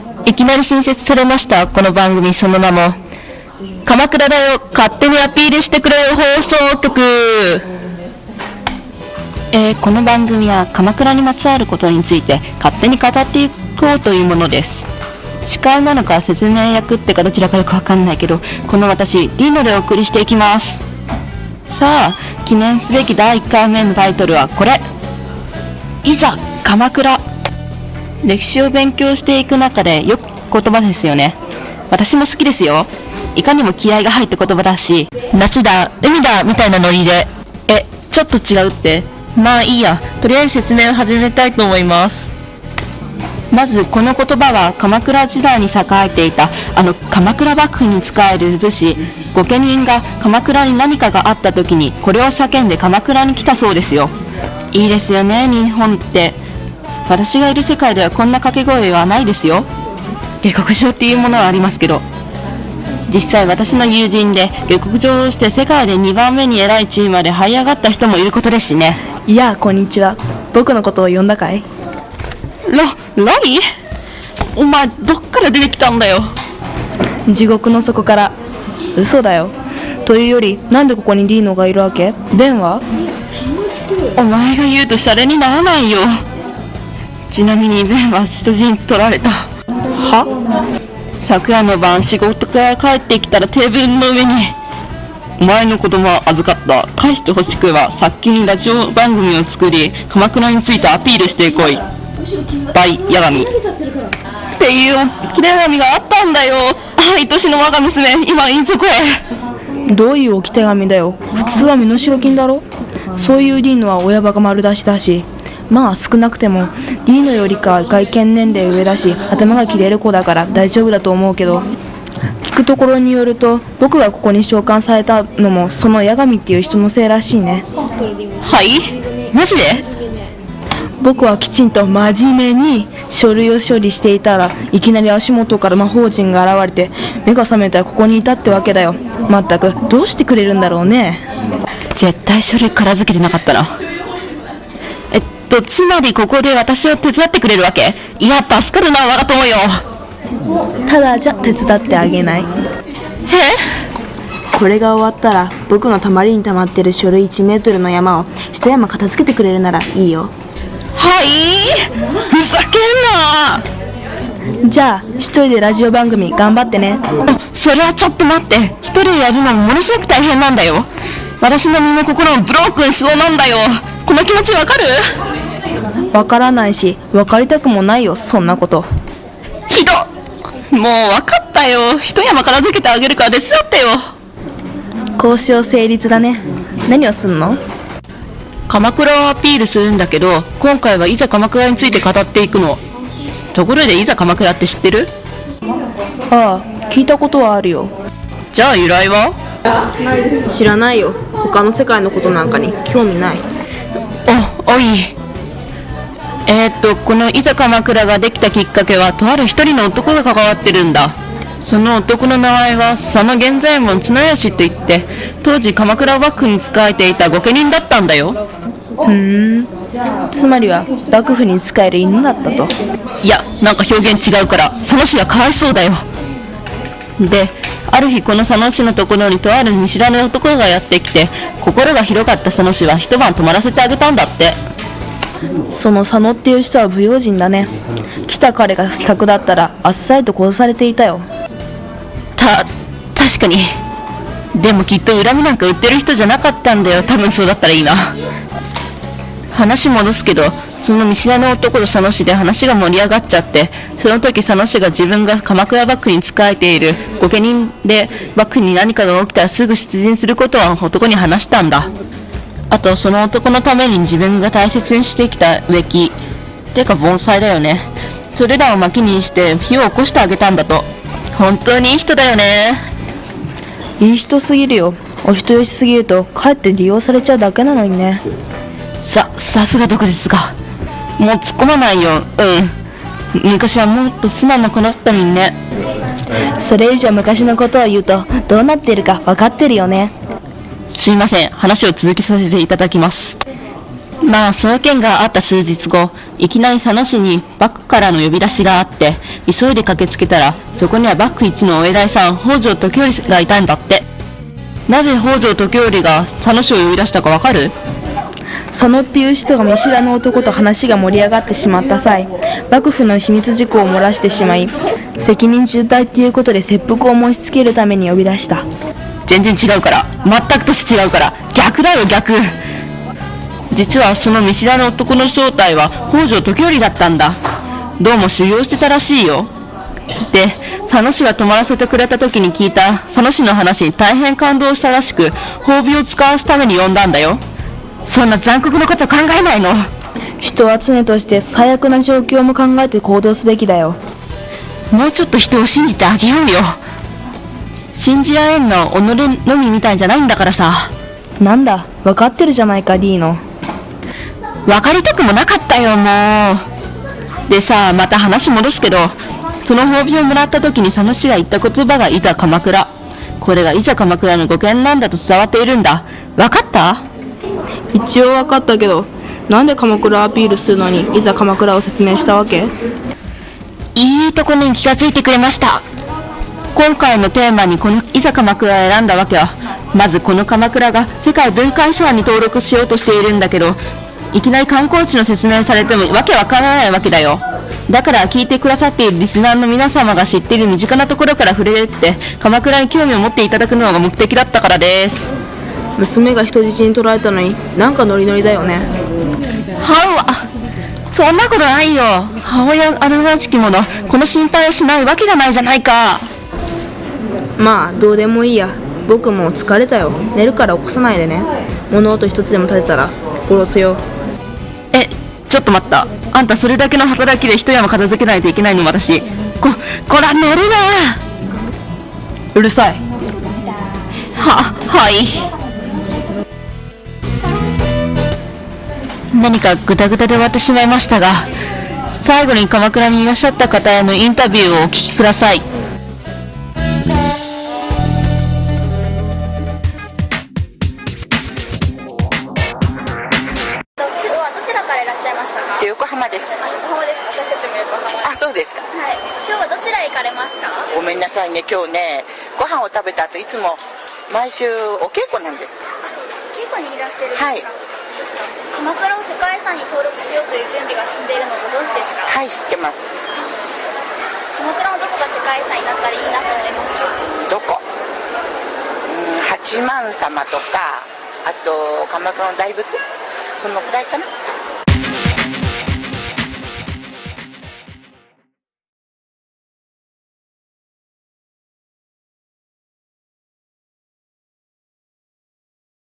いきなり新設されましたこの番組、その名も鎌倉だよ勝手にアピールしてくれよ放送局。この番組は鎌倉にまつわることについて勝手に語っていこうというものです。司会なのか説明役ってかどちらかよくわかんないけど、この私リーノでお送りしていきます。さあ、記念すべき第1回目のタイトルはこれ、いざ鎌倉。歴史を勉強していく中でよく言葉ですよね。私も好きですよ。いかにも気合が入った言葉だし、夏だ海だみたいなノリで、ちょっと違うって。まあいいや、とりあえず説明を始めたいと思います。まずこの言葉は鎌倉時代に栄えていた鎌倉幕府に仕える武士御家人が鎌倉に何かがあった時にこれを叫んで鎌倉に来たそうですよ。いいですよね、日本って。私がいる世界ではこんな掛け声はないですよ。下克上っていうものはありますけど、実際私の友人で下克上をして世界で2番目に偉い地位まで這い上がった人もいることですしね。 いや、こんにちは。僕のことを呼んだかい？ ロイ？お前どっから出てきたんだよ。 地獄の底から。嘘だよ。というより、なんでここにリーノがいるわけ？ベンは？ お前が言うとシャレにならないよ。ちなみにベンは人質取られた。 は？ 昨夜の晩仕事から帰ってきたらテーブルの上に、お前の子供は預かった、返してほしくは早急にラジオ番組を作り鎌倉についてアピールしてこい、バイヤガミっていう切れ紙があったんだよ。愛しの我が娘、今いずこへ。 どういう置き手紙だよ。普通は身代金だろ。そういうリーノは親バカ丸出しだし、まあ少なくてもリーノよりか外見年齢上だし頭が切れる子だから大丈夫だと思うけど、聞くところによると僕がここに召喚されたのもその八神っていう人のせいらしいね。 はい？マジで？ 僕はきちんと真面目に書類を処理していたらいきなり足元から魔法陣が現れて目が覚めたらここにいたってわけだよ。まったくどうしてくれるんだろうね。 絶対書類片付けてなかったな。つまりここで私を手伝ってくれるわけ？いや助かるな我が友よ。 ただじゃ手伝ってあげない。これが終わったら僕のたまりにたまってる書類1メートルの山を一山片付けてくれるならいいよ。 はい？ふざけんな。 じゃあ一人でラジオ番組頑張ってね。 それはちょっと待って、一人でやるのもものすごく大変なんだよ。私の身も心もブロークンしそうなんだよ。この気持ちわかる？ わからないしわかりたくもないよ、そんなこと。 ひどっ。もうわかったよ。一山片付けてあげるから手伝ってよ。 交渉成立だね。何をすんの？ 鎌倉をアピールするんだけど、今回はいざ鎌倉について語っていくの。ところでいざ鎌倉って知ってる？ ああ、聞いたことはあるよ。 じゃあ由来は？ 知らないよ。他の世界のことなんかに興味ない。 おい。このいざ鎌倉ができたきっかけはとある一人の男が関わってるんだ。その男の名前は佐野源左衛門綱吉って言って、当時鎌倉幕府に仕えていた御家人だったんだよ。 つまりは幕府に仕える犬だったと？ いや、なんか表現違うから佐野氏はかわいそうだよ。で、ある日この佐野氏のところにとある見知らぬ男がやってきて、心が広かった佐野氏は一晩泊まらせてあげたんだって。 その佐野っていう人は不用心だね。来た彼が刺客だったらあっさりと殺されていたよ。 確かに。でもきっと恨みなんか売ってる人じゃなかったんだよ。多分そうだったらいいな。話戻すけど、その見知らぬ男と佐野氏で話が盛り上がっちゃって、その時佐野氏が自分が鎌倉幕府に仕えている御家人で幕府に何かが起きたらすぐ出陣することは男に話したんだ。あとその男のために自分が大切にしてきた植木てか盆栽だよね、それらを薪にして火を起こしてあげたんだと。本当にいい人だよね。 いい人すぎるよ。お人よしすぎるとかえって利用されちゃうだけなのにね。 さすが毒ですが、もう突っ込まないよ。昔はもっと素直な子だったのにね。 それ以上昔のことを言うとどうなってるか分かってるよね。 すいません、話を続けさせていただきます。まあその件があった数日後、 いきなり佐野市に幕府からの呼び出しがあって、急いで駆けつけたら、そこには幕府一のお偉いさん、北条時頼がいたんだって。なぜ北条時頼が佐野市を呼び出したかわかる？ 佐野っていう人が見知らぬ男と話が盛り上がってしまった際、幕府の秘密事項を漏らしてしまい、責任重大っていうことで切腹を申し付けるために呼び出した。 全然違うから、全く年違うから、逆だよ逆。実はその見知らぬ男の正体は北条時頼だったんだ。どうも修行してたらしいよ。で、佐野市が泊まらせてくれた時に聞いた佐野市の話に大変感動したらしく、褒美を使わすために呼んだんだよ。そんな残酷なこと考えないの。 人は常として最悪な状況も考えて行動すべきだよ。 もうちょっと人を信じてあげようよ。信じられんのは己のみみたいじゃないんだからさ。 なんだ、分かってるじゃないか、ディーノ。 分かりたくもなかったよ、もう。でさ、また話戻すけど、その褒美をもらった時に佐野氏が言った言葉がいざ鎌倉。これがいざ鎌倉の語源なんだと伝わっているんだ。分かった？ 一応分かったけど、なんで鎌倉アピールするのにいざ鎌倉を説明したわけ？ いいところに気がついてくれました。今回のテーマにこのいざ鎌倉を選んだわけは、まずこの鎌倉が世界文化遺産に登録しようとしているんだけど、いきなり観光地の説明されてもわけわからないわけだよ。だから聞いてくださっているリスナーの皆様が知っている身近なところから触れて鎌倉に興味を持っていただくのが目的だったからです。 娘が人質に取られたのになんかノリノリだよね。 はうわ、そんなことないよ。母親あるらしきもの、この心配をしないわけがないじゃないか。 まあどうでもいいや。僕も疲れたよ。寝るから起こさないでね。物音一つでも立てたら殺すよ。 ちょっと待った。あんたそれだけの働きで一山片付けないといけないの？私こら寝るな。 うるさい。 はい。何かグダグダで終わってしまいましたが、最後に鎌倉にいらっしゃった方へのインタビューをお聞きください。 横浜です。 横浜です。私たちも横浜です。 あ、そうですか。 はい。今日はどちらへ行かれますか？ ごめんなさいね。今日ね、ご飯を食べた後いつも毎週お稽古なんです。 稽古にいらしてるんですか？はい。鎌倉を世界遺産に登録しようという準備が進んでいるのをご存知ですか？ はい、知ってます。 鎌倉のどこが世界遺産になったらいいなと思いますか？ どこ？八幡様とか、あと鎌倉の大仏、そのくらいかな。